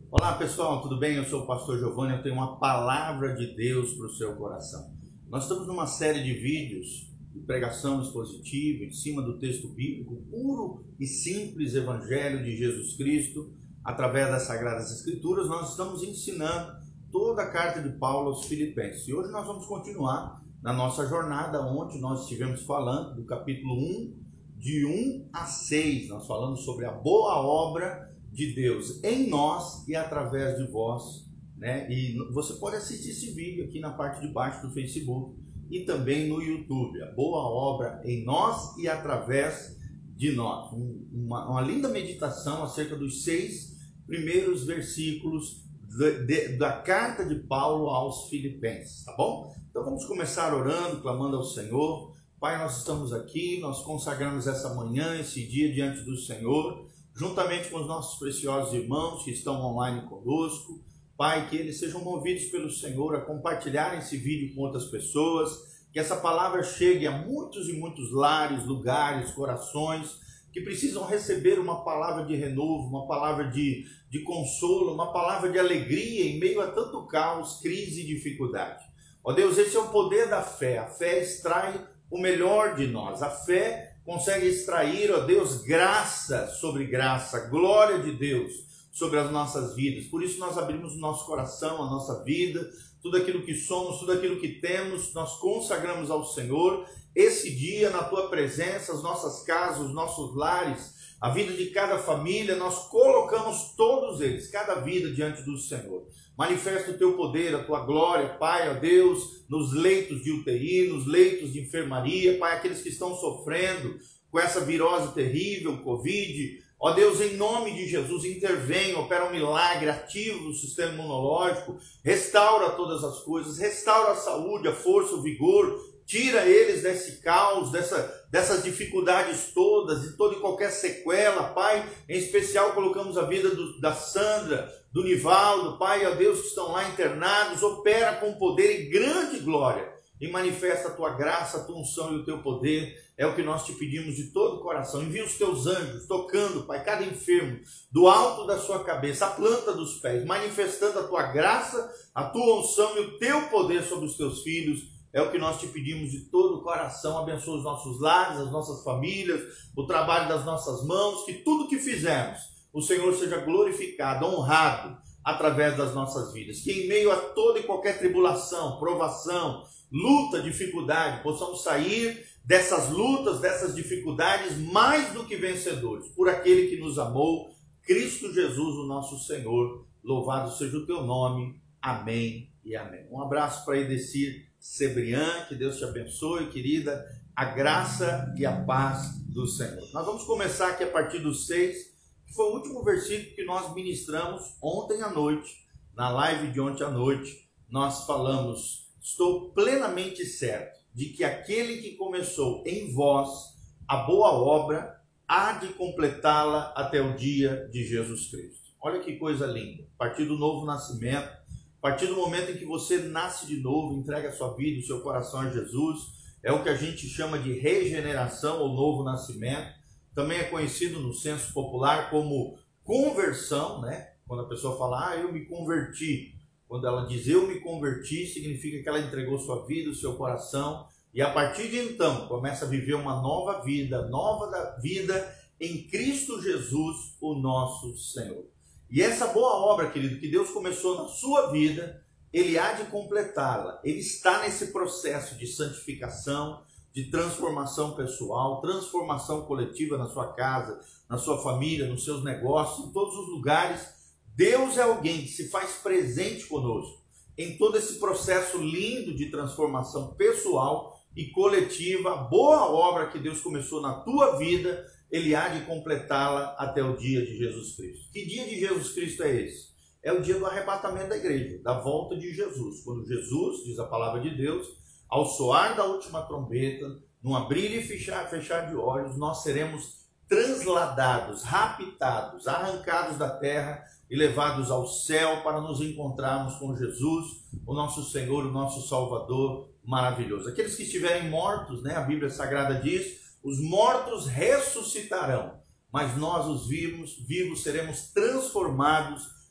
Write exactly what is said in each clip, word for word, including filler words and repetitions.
Olá pessoal, tudo bem? Eu sou o pastor Giovanni, eu tenho uma palavra de Deus para o seu coração. Nós estamos numa série de vídeos de pregação expositiva em cima do texto bíblico, puro e simples evangelho de Jesus Cristo, através das Sagradas Escrituras. Nós estamos ensinando toda a carta de Paulo aos Filipenses. E hoje nós vamos continuar na nossa jornada, onde nós estivemos falando do capítulo um, de um a seis. Nós falamos sobre a boa obra de Deus em nós e através de vós, né? E você pode assistir esse vídeo aqui na parte de baixo do Facebook e também no YouTube, a boa obra em nós e através de nós. Um, uma, uma linda meditação acerca dos seis primeiros versículos de, de, da carta de Paulo aos Filipenses, tá bom? Então vamos começar orando, clamando ao Senhor. Pai, nós estamos aqui, nós consagramos essa manhã, esse dia diante do Senhor, juntamente com os nossos preciosos irmãos que estão online conosco. Pai, que eles sejam movidos pelo Senhor a compartilhar esse vídeo com outras pessoas, que essa palavra chegue a muitos e muitos lares, lugares, corações, que precisam receber uma palavra de renovo, uma palavra de, de consolo, uma palavra de alegria em meio a tanto caos, crise e dificuldade. Ó Deus, esse é o poder da fé. A fé extrai o melhor de nós. A fé consegue extrair, ó Deus, graça sobre graça, glória de Deus sobre as nossas vidas. Por isso nós abrimos o nosso coração, a nossa vida, tudo aquilo que somos, tudo aquilo que temos, nós consagramos ao Senhor. Esse dia, na Tua presença, as nossas casas, os nossos lares, a vida de cada família, nós colocamos todos eles, cada vida diante do Senhor. Manifesta o Teu poder, a Tua glória, Pai, ó Deus, nos leitos de U T I, nos leitos de enfermaria, Pai, aqueles que estão sofrendo com essa virose terrível, Covid. Ó Deus, em nome de Jesus, intervém, opera um milagre, ativa o sistema imunológico, restaura todas as coisas, restaura a saúde, a força, o vigor, tira eles desse caos, dessa, dessas dificuldades todas, de toda e qualquer sequela, Pai. Em especial colocamos a vida do, da Sandra, do Nivaldo, Pai, ó Deus, que estão lá internados. Opera com poder e grande glória e manifesta a Tua graça, a Tua unção e o Teu poder. É o que nós te pedimos de todo o coração. Envia os Teus anjos tocando, Pai, cada enfermo, do alto da sua cabeça, a planta dos pés, manifestando a Tua graça, a Tua unção e o Teu poder sobre os Teus filhos. É o que nós te pedimos de todo o coração. Abençoa os nossos lares, as nossas famílias, o trabalho das nossas mãos, que tudo que fizermos, o Senhor seja glorificado, honrado através das nossas vidas. Que em meio a toda e qualquer tribulação, provação, luta, dificuldade, possamos sair dessas lutas, dessas dificuldades, mais do que vencedores, por aquele que nos amou, Cristo Jesus, o nosso Senhor. Louvado seja o Teu nome. Amém e amém. Um abraço para Edecir Cebrian, que Deus te abençoe, querida, a graça e a paz do Senhor. Nós vamos começar aqui a partir do seis, que foi o último versículo que nós ministramos ontem à noite, na live de ontem à noite. Nós falamos: estou plenamente certo de que aquele que começou em vós a boa obra há de completá-la até o dia de Jesus Cristo. Olha que coisa linda, a partir do novo nascimento, a partir do momento em que você nasce de novo, entrega a sua vida, o seu coração a Jesus, é o que a gente chama de regeneração ou novo nascimento. Também é conhecido no senso popular como conversão, né? Quando a pessoa fala, ah, eu me converti. Quando ela diz eu me converti, significa que ela entregou sua vida, o seu coração, e a partir de então começa a viver uma nova vida, nova vida em Cristo Jesus, o nosso Senhor. E essa boa obra, querido, que Deus começou na sua vida, Ele há de completá-la. Ele está nesse processo de santificação, de transformação pessoal, transformação coletiva na sua casa, na sua família, nos seus negócios, em todos os lugares. Deus é alguém que se faz presente conosco em todo esse processo lindo de transformação pessoal e coletiva. A boa obra que Deus começou na tua vida, Ele há de completá-la até o dia de Jesus Cristo. Que dia de Jesus Cristo é esse? É o dia do arrebatamento da igreja, da volta de Jesus. Quando Jesus, diz a palavra de Deus, ao soar da última trombeta, num abrir e fechar, fechar de olhos, nós seremos transladados, raptados, arrancados da terra e levados ao céu para nos encontrarmos com Jesus, o nosso Senhor, o nosso Salvador maravilhoso. Aqueles que estiverem mortos, né, a Bíblia Sagrada diz, os mortos ressuscitarão, mas nós os vivos, vivos seremos transformados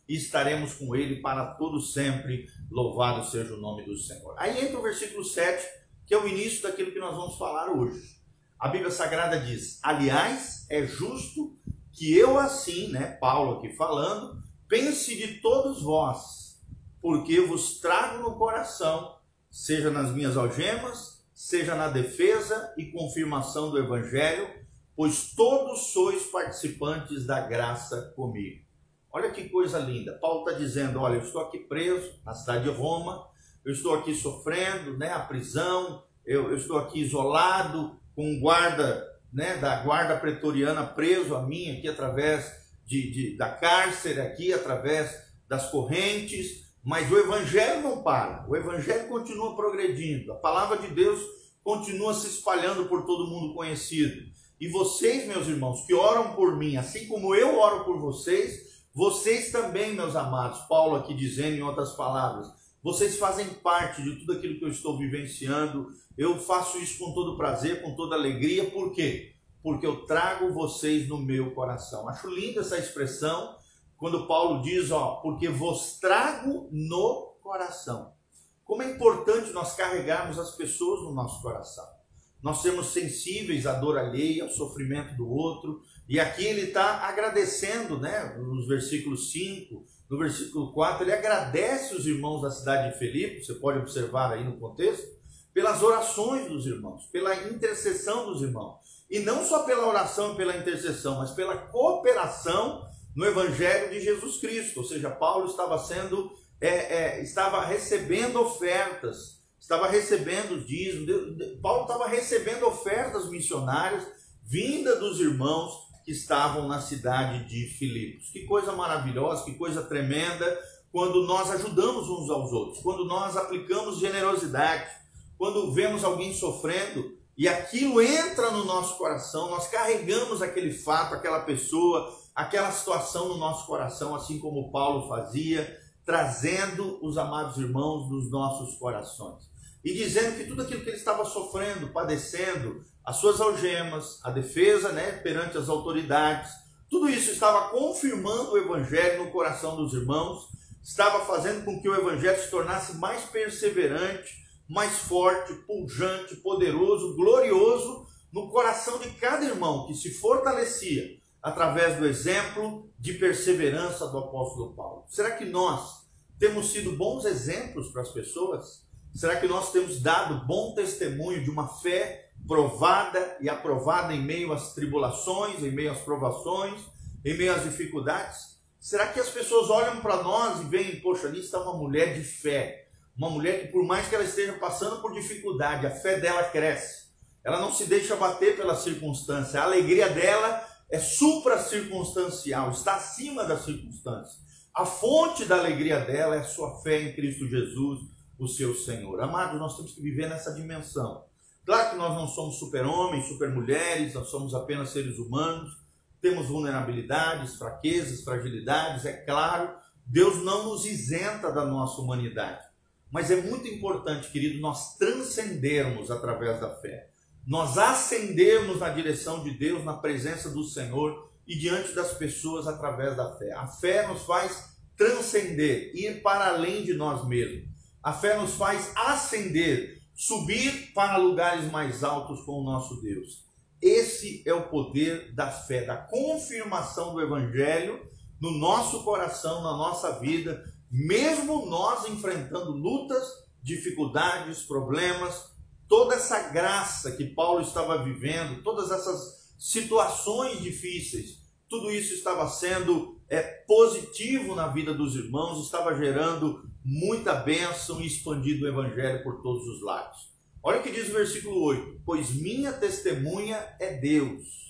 e estaremos com ele para todo sempre. Louvado seja o nome do Senhor. Aí entra o versículo sete, que é o início daquilo que nós vamos falar hoje. A Bíblia Sagrada diz: aliás, é justo que eu assim, né, Paulo aqui falando, pense de todos vós, porque vos trago no coração, seja nas minhas algemas, seja na defesa e confirmação do Evangelho, pois todos sois participantes da graça comigo. Olha que coisa linda. Paulo está dizendo: olha, eu estou aqui preso na cidade de Roma, eu estou aqui sofrendo, né, a prisão, eu, eu estou aqui isolado, com um guarda, né, da guarda pretoriana preso a mim aqui através de, de, da cárcere, aqui através das correntes, mas o Evangelho não para, o Evangelho continua progredindo, a palavra de Deus continua se espalhando por todo mundo conhecido. E vocês, meus irmãos, que oram por mim, assim como eu oro por vocês, vocês também, meus amados, Paulo aqui dizendo em outras palavras, vocês fazem parte de tudo aquilo que eu estou vivenciando. Eu faço isso com todo prazer, com toda alegria. Por quê? Porque eu trago vocês no meu coração. Acho linda essa expressão, quando Paulo diz, ó, porque vos trago no coração. Como é importante nós carregarmos as pessoas no nosso coração. Nós sermos sensíveis à dor alheia, ao sofrimento do outro. E aqui ele está agradecendo, né, nos versículos cinco, no versículo quatro, ele agradece os irmãos da cidade de Filipe, você pode observar aí no contexto, pelas orações dos irmãos, pela intercessão dos irmãos. E não só pela oração e pela intercessão, mas pela cooperação no Evangelho de Jesus Cristo. Ou seja, Paulo estava sendo, é, é, estava recebendo ofertas, estava recebendo dízimos, Paulo estava recebendo ofertas missionárias vinda dos irmãos que estavam na cidade de Filipos. Que coisa maravilhosa, que coisa tremenda, quando nós ajudamos uns aos outros, quando nós aplicamos generosidade, quando vemos alguém sofrendo e aquilo entra no nosso coração, nós carregamos aquele fato, aquela pessoa, aquela situação no nosso coração, assim como Paulo fazia, trazendo os amados irmãos nos nossos corações. E dizendo que tudo aquilo que ele estava sofrendo, padecendo, as suas algemas, a defesa, né, perante as autoridades, tudo isso estava confirmando o Evangelho no coração dos irmãos, estava fazendo com que o Evangelho se tornasse mais perseverante, mais forte, pujante, poderoso, glorioso no coração de cada irmão que se fortalecia através do exemplo de perseverança do apóstolo Paulo. Será que nós temos sido bons exemplos para as pessoas? Será que nós temos dado bom testemunho de uma fé provada e aprovada em meio às tribulações, em meio às provações, em meio às dificuldades? Será que as pessoas olham para nós e veem, poxa, ali está uma mulher de fé, uma mulher que por mais que ela esteja passando por dificuldade, a fé dela cresce, ela não se deixa bater pela circunstância, a alegria dela é supra-circunstancial, está acima da circunstância. A fonte da alegria dela é a sua fé em Cristo Jesus, o seu Senhor. Amados, nós temos que viver nessa dimensão. Claro que nós não somos super-homens, super-mulheres, nós somos apenas seres humanos, temos vulnerabilidades, fraquezas, fragilidades, é claro, Deus não nos isenta da nossa humanidade. Mas é muito importante, querido, nós transcendermos através da fé. Nós ascendermos na direção de Deus, na presença do Senhor e diante das pessoas através da fé. A fé nos faz transcender, ir para além de nós mesmos. A fé nos faz ascender, subir para lugares mais altos com o nosso Deus. Esse é o poder da fé, da confirmação do Evangelho no nosso coração, na nossa vida, mesmo nós enfrentando lutas, dificuldades, problemas, toda essa graça que Paulo estava vivendo, todas essas situações difíceis, tudo isso estava sendo é, positivo na vida dos irmãos, estava gerando muita bênção e expandindo o Evangelho por todos os lados. Olha o que diz o versículo oito. Pois minha testemunha é Deus,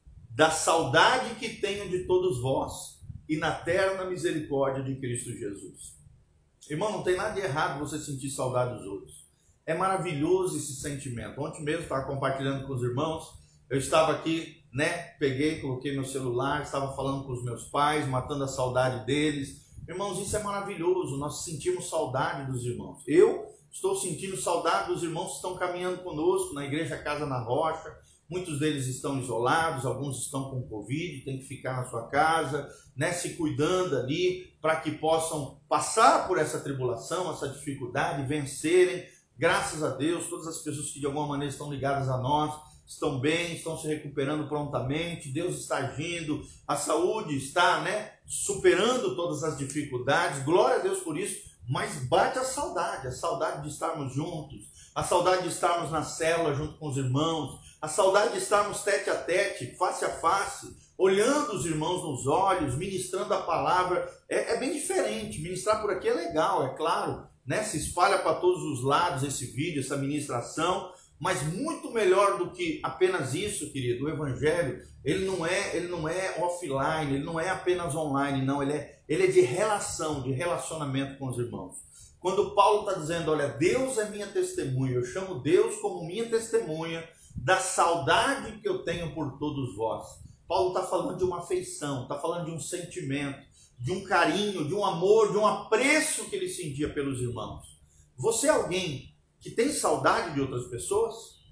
da saudade que tenho de todos vós e na terna misericórdia de Cristo Jesus. Irmão, não tem nada de errado você sentir saudade dos outros. É maravilhoso esse sentimento. Ontem mesmo estava compartilhando com os irmãos, eu estava aqui, né, peguei, coloquei meu celular, estava falando com os meus pais, matando a saudade deles. Irmãos, isso é maravilhoso, nós sentimos saudade dos irmãos. Eu estou sentindo saudade dos irmãos que estão caminhando conosco na Igreja Casa na Rocha, muitos deles estão isolados, alguns estão com Covid, tem que ficar na sua casa, né, se cuidando ali, para que possam passar por essa tribulação, essa dificuldade, vencerem. Graças a Deus, todas as pessoas que de alguma maneira estão ligadas a nós, estão bem, estão se recuperando prontamente, Deus está agindo, a saúde está, né, superando todas as dificuldades, glória a Deus por isso, mas bate a saudade, a saudade de estarmos juntos, a saudade de estarmos na célula junto com os irmãos, a saudade de estarmos tete a tete, face a face, olhando os irmãos nos olhos, ministrando a palavra. É, é bem diferente, ministrar por aqui é legal, é claro, né? Se espalha para todos os lados esse vídeo, essa ministração, mas muito melhor do que apenas isso, querido, o evangelho, ele não é, ele não é offline, ele não é apenas online, não, ele é, ele é de relação, de relacionamento com os irmãos. Quando Paulo está dizendo, olha, Deus é minha testemunha, eu chamo Deus como minha testemunha da saudade que eu tenho por todos vós. Paulo está falando de uma afeição, está falando de um sentimento, de um carinho, de um amor, de um apreço que ele sentia pelos irmãos. Você é alguém que tem saudade de outras pessoas?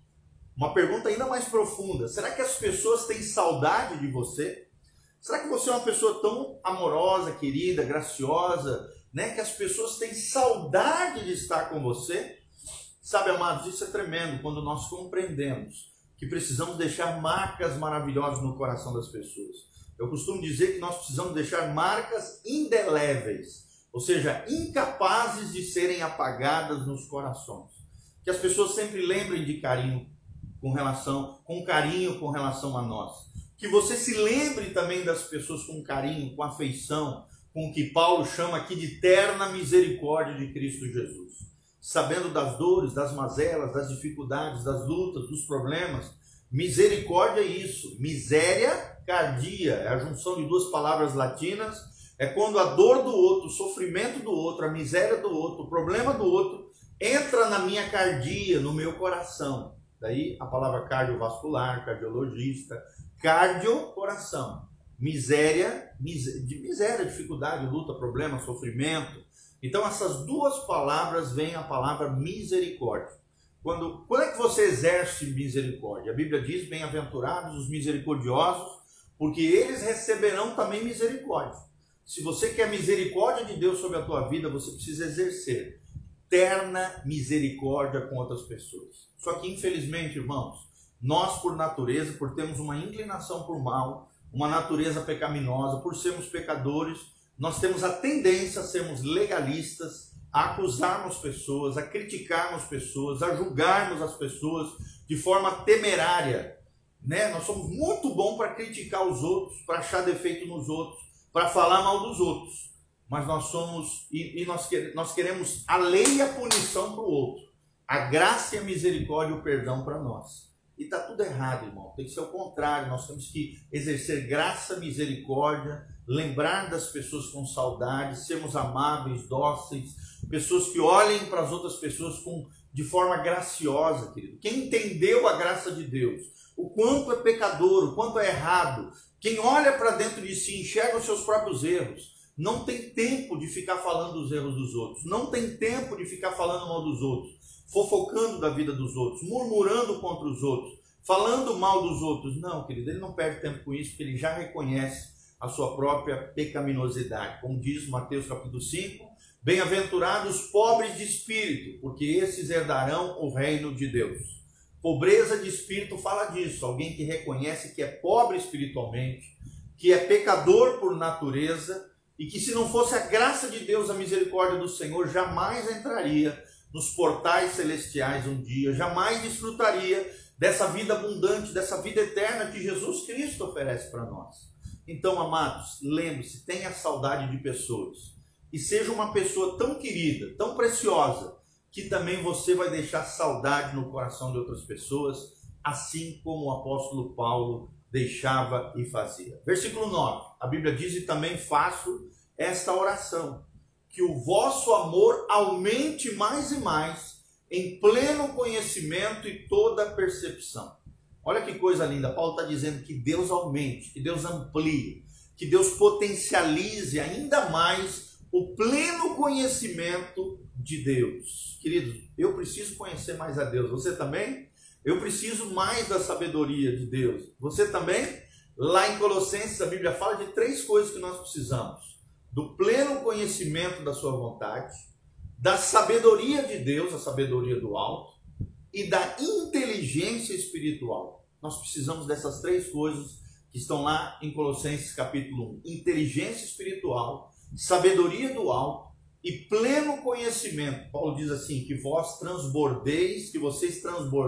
Uma pergunta ainda mais profunda. Será que as pessoas têm saudade de você? Será que você é uma pessoa tão amorosa, querida, graciosa, né, que as pessoas têm saudade de estar com você? Sabe, amados, isso é tremendo quando nós compreendemos que precisamos deixar marcas maravilhosas no coração das pessoas. Eu costumo dizer que nós precisamos deixar marcas indeléveis, ou seja, incapazes de serem apagadas nos corações. Que as pessoas sempre lembrem de carinho com relação, com carinho com relação a nós. Que você se lembre também das pessoas com carinho, com afeição, com o que Paulo chama aqui de terna misericórdia de Cristo Jesus. Sabendo das dores, das mazelas, das dificuldades, das lutas, dos problemas. Misericórdia é isso. Miséria, cardia, é a junção de duas palavras latinas. É quando a dor do outro, o sofrimento do outro, a miséria do outro, o problema do outro entra na minha cardia, no meu coração. Daí a palavra cardiovascular, cardiologista, cardio, coração. Miséria, de miséria, dificuldade, luta, problema, sofrimento. Então essas duas palavras vêm a palavra misericórdia. Quando, quando é que você exerce misericórdia? A Bíblia diz, bem-aventurados os misericordiosos, porque eles receberão também misericórdia. Se você quer misericórdia de Deus sobre a tua vida, você precisa exercer terna misericórdia com outras pessoas. Só que infelizmente, irmãos, nós por natureza, por termos uma inclinação por mal, uma natureza pecaminosa, por sermos pecadores, nós temos a tendência a sermos legalistas, a acusarmos pessoas, a criticarmos pessoas, a julgarmos as pessoas de forma temerária, né? Nós somos muito bons para criticar os outros, para achar defeito nos outros, para falar mal dos outros, mas nós somos e, e nós, nós queremos a lei e a punição para o outro, a graça e a misericórdia e o perdão para nós. E está tudo errado, irmão. Tem que ser o contrário. Nós temos que exercer graça, misericórdia, lembrar das pessoas com saudade, sermos amáveis, dóceis, pessoas que olhem para as outras pessoas com, de forma graciosa, querido. Quem entendeu a graça de Deus, o quanto é pecador, o quanto é errado, quem olha para dentro de si, enxerga os seus próprios erros, não tem tempo de ficar falando dos erros dos outros, não tem tempo de ficar falando mal dos outros, fofocando da vida dos outros, murmurando contra os outros, falando mal dos outros. Não, querido, ele não perde tempo com isso, porque ele já reconhece a sua própria pecaminosidade. Como diz Mateus capítulo cinco, bem-aventurados os pobres de espírito, porque esses herdarão o reino de Deus. Pobreza de espírito fala disso, alguém que reconhece que é pobre espiritualmente, que é pecador por natureza, e que se não fosse a graça de Deus, a misericórdia do Senhor, jamais entraria nos portais celestiais um dia, jamais desfrutaria dessa vida abundante, dessa vida eterna que Jesus Cristo oferece para nós. Então, amados, lembre-se, tenha saudade de pessoas e seja uma pessoa tão querida, tão preciosa, que também você vai deixar saudade no coração de outras pessoas, assim como o apóstolo Paulo deixava e fazia. Versículo nove, a Bíblia diz, e também faço esta oração, que o vosso amor aumente mais e mais em pleno conhecimento e toda percepção. Olha que coisa linda, Paulo está dizendo que Deus aumente, que Deus amplie, que Deus potencialize ainda mais o pleno conhecimento de Deus. Queridos, eu preciso conhecer mais a Deus, você também? Eu preciso mais da sabedoria de Deus. Você também? Lá em Colossenses a Bíblia fala de três coisas que nós precisamos: do pleno conhecimento da sua vontade, da sabedoria de Deus, a sabedoria do alto, e da inteligência espiritual. Nós precisamos dessas três coisas que estão lá em Colossenses capítulo um. Inteligência espiritual, sabedoria do alto e pleno conhecimento. Paulo diz assim, que vós transbordeis, que vocês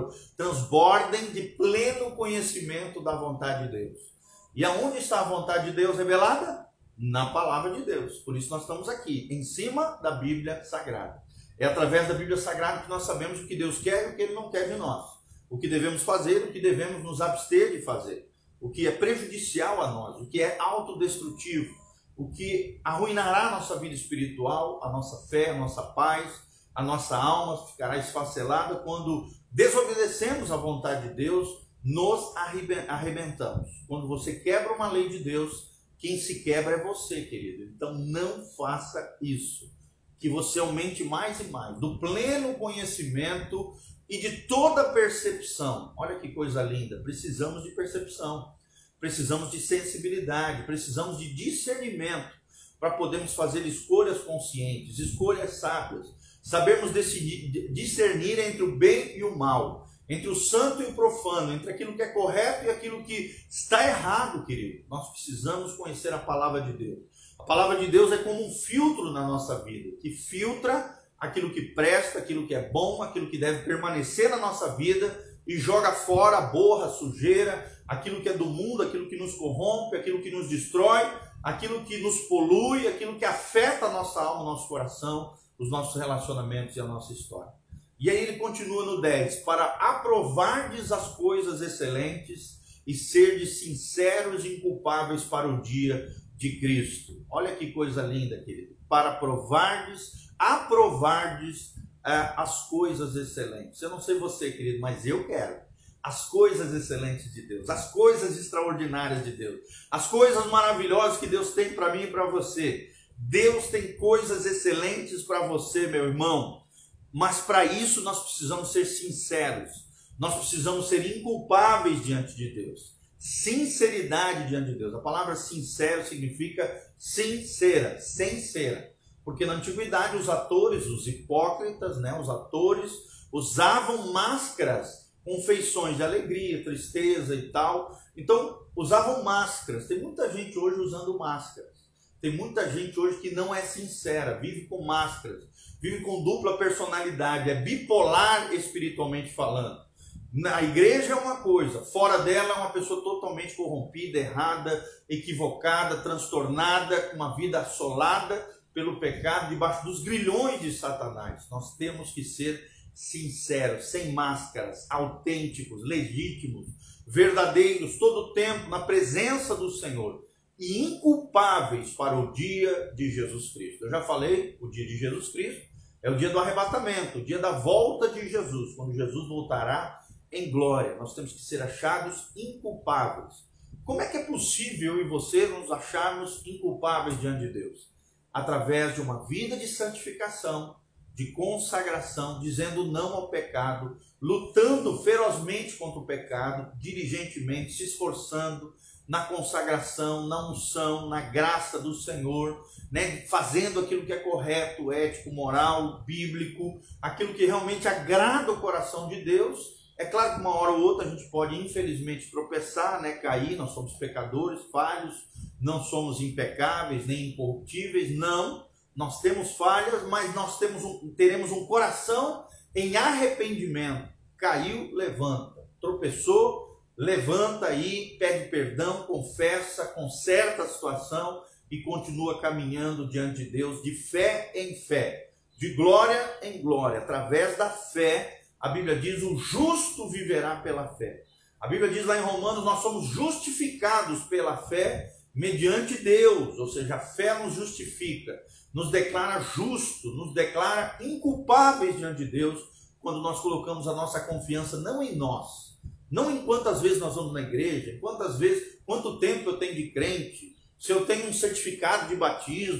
transbordem de pleno conhecimento da vontade de Deus. E aonde está a vontade de Deus revelada? Na palavra de Deus. Por isso nós estamos aqui, em cima da Bíblia Sagrada. É através da Bíblia Sagrada que nós sabemos o que Deus quer e o que Ele não quer de nós. O que devemos fazer, o que devemos nos abster de fazer. O que é prejudicial a nós, o que é autodestrutivo, o que arruinará a nossa vida espiritual, a nossa fé, a nossa paz, a nossa alma ficará esfacelada quando desobedecemos a vontade de Deus, nos arrebentamos. Quando você quebra uma lei de Deus, quem se quebra é você, querido. Então não faça isso. Que você aumente mais e mais do pleno conhecimento e de toda percepção. Olha que coisa linda. Precisamos de percepção, precisamos de sensibilidade, precisamos de discernimento para podermos fazer escolhas conscientes, escolhas sábias, sabermos decidir, discernir entre o bem e o mal, entre o santo e o profano, entre aquilo que é correto e aquilo que está errado, querido. Nós precisamos conhecer a palavra de Deus. A palavra de Deus é como um filtro na nossa vida, que filtra aquilo que presta, aquilo que é bom, aquilo que deve permanecer na nossa vida e joga fora a borra, a sujeira, aquilo que é do mundo, aquilo que nos corrompe, aquilo que nos destrói, aquilo que nos polui, aquilo que afeta a nossa alma, o nosso coração, os nossos relacionamentos e a nossa história. E aí ele continua no dez, para aprovardes as coisas excelentes e serdes sinceros e inculpáveis para o dia de Cristo. Olha que coisa linda, querido. Para provardes, aprovardes uh, as coisas excelentes. Eu não sei você, querido, mas eu quero as coisas excelentes de Deus, as coisas extraordinárias de Deus, as coisas maravilhosas que Deus tem para mim e para você. Deus tem coisas excelentes para você, meu irmão. Mas para isso nós precisamos ser sinceros. Nós precisamos ser inculpáveis diante de Deus. Sinceridade diante de Deus. A palavra sincero significa sincera, sincera. Porque na antiguidade os atores, os hipócritas, né, os atores usavam máscaras com feições de alegria, tristeza e tal. Então usavam máscaras. Tem muita gente hoje usando máscaras. Tem muita gente hoje que não é sincera, vive com máscaras, vive com dupla personalidade, é bipolar espiritualmente falando. Na igreja é uma coisa, fora dela é uma pessoa totalmente corrompida, errada, equivocada, transtornada, com uma vida assolada pelo pecado, debaixo dos grilhões de Satanás. Nós temos que ser sinceros, sem máscaras, autênticos, legítimos, verdadeiros, todo o tempo, na presença do Senhor. E inculpáveis para o dia de Jesus Cristo. Eu já falei, o dia de Jesus Cristo é o dia do arrebatamento, o dia da volta de Jesus, quando Jesus voltará em glória. Nós temos que ser achados inculpáveis. Como é que é possível eu e você nos acharmos inculpáveis diante de Deus? Através de uma vida de santificação, de consagração, dizendo não ao pecado, lutando ferozmente contra o pecado, diligentemente, se esforçando na consagração, na unção, na graça do Senhor, né? Fazendo aquilo que é correto, ético, moral, bíblico, aquilo que realmente agrada o coração de Deus. É claro que uma hora ou outra a gente pode infelizmente tropeçar, né? Cair, nós somos pecadores, falhos, não somos impecáveis, nem incorruptíveis, não. Nós temos falhas, mas nós temos um, teremos um coração em arrependimento. Caiu, levanta. Tropeçou, levanta aí, pede perdão, confessa, conserta a situação e continua caminhando diante de Deus de fé em fé, de glória em glória. Através da fé, a Bíblia diz, o justo viverá pela fé. A Bíblia diz lá em Romanos, nós somos justificados pela fé mediante Deus, ou seja, a fé nos justifica, nos declara justo, nos declara inculpáveis diante de Deus, quando nós colocamos a nossa confiança não em nós, não em quantas vezes nós vamos na igreja, quantas vezes, quanto tempo eu tenho de crente, se eu tenho um certificado de batismo,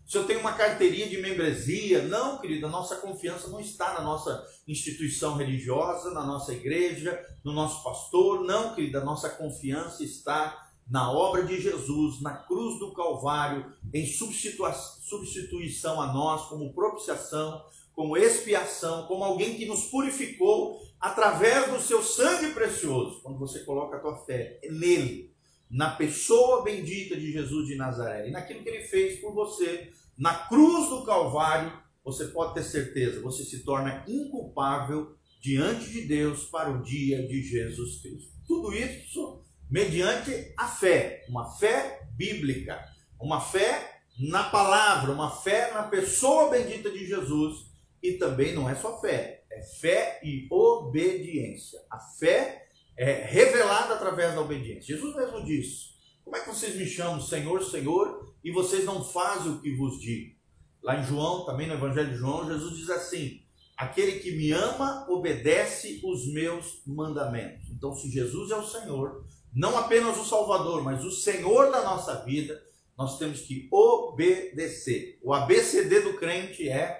se eu tenho uma carteirinha de membresia. Não, querida, a nossa confiança não está na nossa instituição religiosa, na nossa igreja, no nosso pastor. Não, querida, a nossa confiança está na obra de Jesus, na cruz do Calvário, em substitua- substituição a nós, como propiciação, como expiação, como alguém que nos purificou através do seu sangue precioso. Quando você coloca a tua fé nele, na pessoa bendita de Jesus de Nazaré e naquilo que ele fez por você, na cruz do Calvário, você pode ter certeza, você se torna inculpável diante de Deus para o dia de Jesus Cristo. Tudo isso mediante a fé, uma fé bíblica, uma fé na palavra, uma fé na pessoa bendita de Jesus. E também não é só fé, é fé e obediência. A fé é revelada através da obediência. Jesus mesmo disse: como é que vocês me chamam Senhor, Senhor, e vocês não fazem o que vos digo? Lá em João, também no Evangelho de João, Jesus diz assim: aquele que me ama obedece os meus mandamentos. Então, se Jesus é o Senhor, não apenas o Salvador, mas o Senhor da nossa vida, nós temos que obedecer. O A B C D do crente é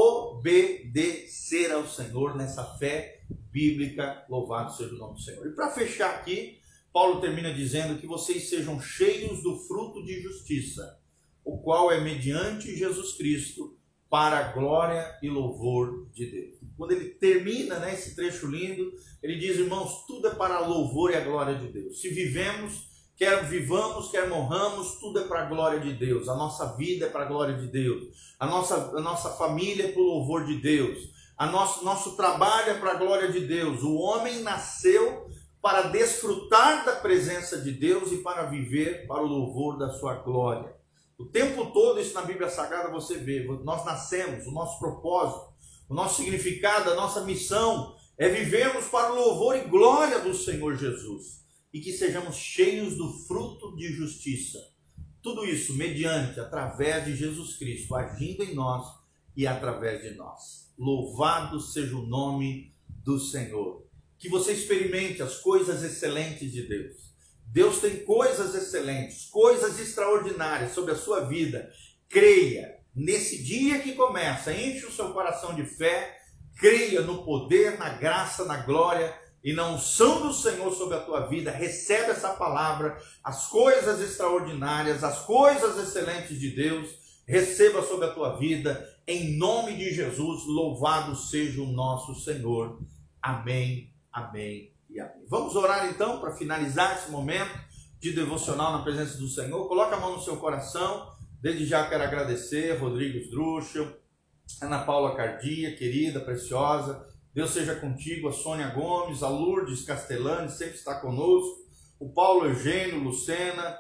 obedecer ao Senhor nessa fé bíblica. Louvado seja o nome do Senhor. E para fechar aqui, Paulo termina dizendo que vocês sejam cheios do fruto de justiça, o qual é mediante Jesus Cristo, para a glória e louvor de Deus. Quando ele termina, né, esse trecho lindo, ele diz: irmãos, tudo é para a louvor e a glória de Deus. Se vivemos, quer vivamos, quer morramos, tudo é para a glória de Deus. A nossa vida é para a glória de Deus. A nossa, a nossa família é para o louvor de Deus. A nosso, nosso trabalho é para a glória de Deus. O homem nasceu para desfrutar da presença de Deus e para viver para o louvor da sua glória. O tempo todo, isso na Bíblia Sagrada você vê. Nós nascemos, o nosso propósito, o nosso significado, a nossa missão é vivermos para o louvor e glória do Senhor Jesus. E que sejamos cheios do fruto de justiça. Tudo isso mediante, através de Jesus Cristo, agindo em nós e através de nós. Louvado seja o nome do Senhor. Que você experimente as coisas excelentes de Deus. Deus tem coisas excelentes, coisas extraordinárias sobre a sua vida. Creia, nesse dia que começa, enche o seu coração de fé, creia no poder, na graça, na glória e na unção do Senhor sobre a tua vida. Recebe essa palavra, as coisas extraordinárias, as coisas excelentes de Deus, receba sobre a tua vida, em nome de Jesus. Louvado seja o nosso Senhor. Amém, amém e amém. Vamos orar então para finalizar esse momento de devocional na presença do Senhor. Coloca a mão no seu coração. Desde já quero agradecer Rodrigues Druschel, Ana Paula Cardia, querida, preciosa. Deus seja contigo. A Sônia Gomes, a Lourdes Castellani, sempre está conosco. O Paulo Eugênio, Lucena,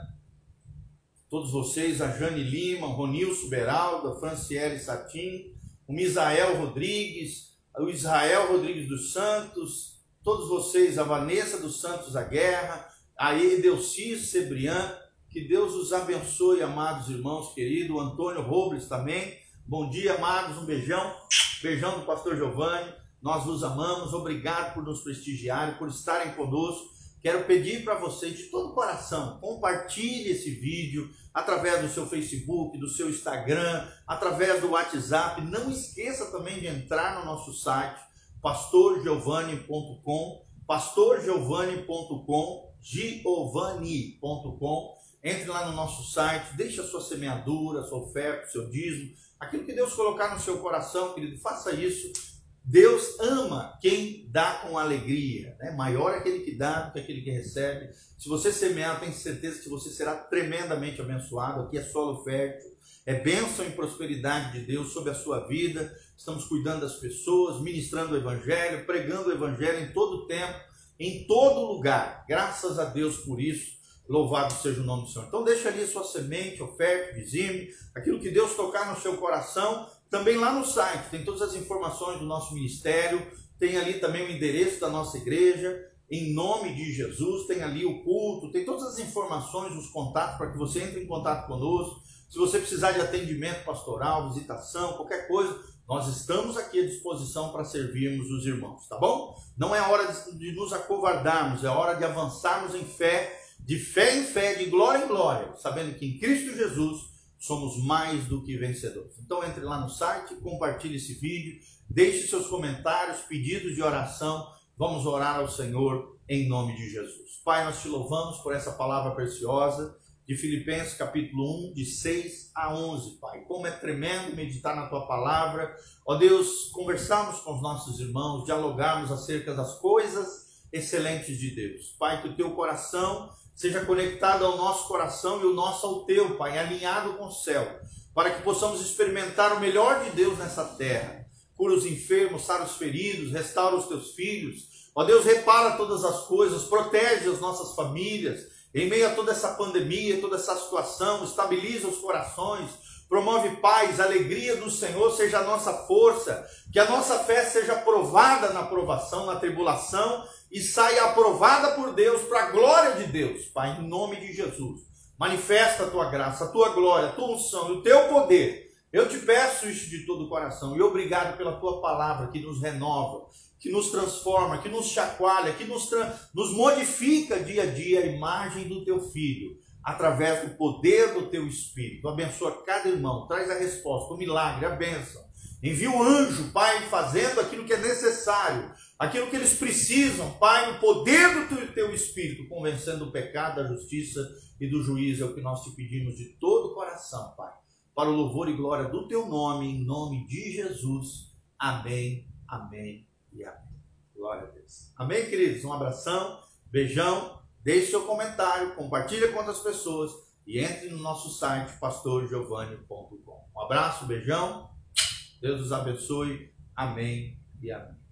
todos vocês, a Jane Lima, o Ronilson Beraldo, a Franciele Satin, o Misael Rodrigues, o Israel Rodrigues dos Santos, todos vocês, a Vanessa dos Santos a Guerra, a Edelcis Cebrian. Que Deus os abençoe, amados irmãos queridos. O Antônio Robles também. Bom dia, amados. Um beijão. Beijão do pastor Giovanni. Nós vos amamos. Obrigado por nos prestigiarem, por estarem conosco. Quero pedir para vocês de todo o coração, compartilhe esse vídeo através do seu Facebook, do seu Instagram, através do WhatsApp. Não esqueça também de entrar no nosso site, pastor giovanni ponto com, pastor giovanni ponto com, giovanni ponto com. Entre lá no nosso site, deixe a sua semeadura, a sua oferta, o seu dízimo, aquilo que Deus colocar no seu coração, querido, faça isso. Deus ama quem dá com alegria, né? Maior é aquele que dá do que aquele que recebe. Se você semear, tenho certeza que você será tremendamente abençoado. Aqui é solo fértil, é bênção e prosperidade de Deus sobre a sua vida. Estamos cuidando das pessoas, ministrando o Evangelho, pregando o Evangelho em todo tempo, em todo lugar. Graças a Deus por isso. Louvado seja o nome do Senhor. Então deixa ali a sua semente, oferta, dizime, aquilo que Deus tocar no seu coração. Também lá no site tem todas as informações do nosso ministério, tem ali também o endereço da nossa igreja, em nome de Jesus, tem ali o culto, tem todas as informações, os contatos para que você entre em contato conosco. Se você precisar de atendimento pastoral, visitação, qualquer coisa, nós estamos aqui à disposição para servirmos os irmãos, tá bom? Não é hora de, de nos acovardarmos, é hora de avançarmos em fé, de fé em fé, de glória em glória, sabendo que em Cristo Jesus somos mais do que vencedores. Então entre lá no site, compartilhe esse vídeo, deixe seus comentários, pedidos de oração, vamos orar ao Senhor em nome de Jesus. Pai, nós te louvamos por essa palavra preciosa de Filipenses capítulo um, de seis a onze, Pai. Como é tremendo meditar na tua palavra, ó Deus, conversarmos com os nossos irmãos, dialogarmos acerca das coisas excelentes de Deus. Pai, que o teu coração seja conectado ao nosso coração e o nosso ao teu, Pai, alinhado com o céu, para que possamos experimentar o melhor de Deus nessa terra. Cura os enfermos, sara os feridos, restaura os teus filhos. Ó Deus, repara todas as coisas, protege as nossas famílias, em meio a toda essa pandemia, toda essa situação, estabiliza os corações, promove paz, alegria do Senhor seja a nossa força, que a nossa fé seja provada na provação, na tribulação, e saia aprovada por Deus, para a glória de Deus, Pai, em nome de Jesus. Manifesta a tua graça, a tua glória, a tua unção e o teu poder. Eu te peço isso de todo o coração, e obrigado pela tua palavra que nos renova, que nos transforma, que nos chacoalha, que nos, nos modifica dia a dia a imagem do teu Filho, através do poder do teu Espírito. Abençoa cada irmão, traz a resposta, o milagre, a bênção. Envia o anjo, Pai, fazendo aquilo que é necessário, aquilo que eles precisam, Pai, o poder do teu Espírito, convencendo o pecado, da justiça e do juízo. É o que nós te pedimos de todo o coração, Pai, para o louvor e glória do teu nome, em nome de Jesus. Amém, amém e amém. Glória a Deus. Amém, queridos? Um abração, beijão, deixe seu comentário, compartilhe com outras pessoas e entre no nosso site pastor giovanni ponto com. Um abraço, beijão, Deus os abençoe, amém e amém.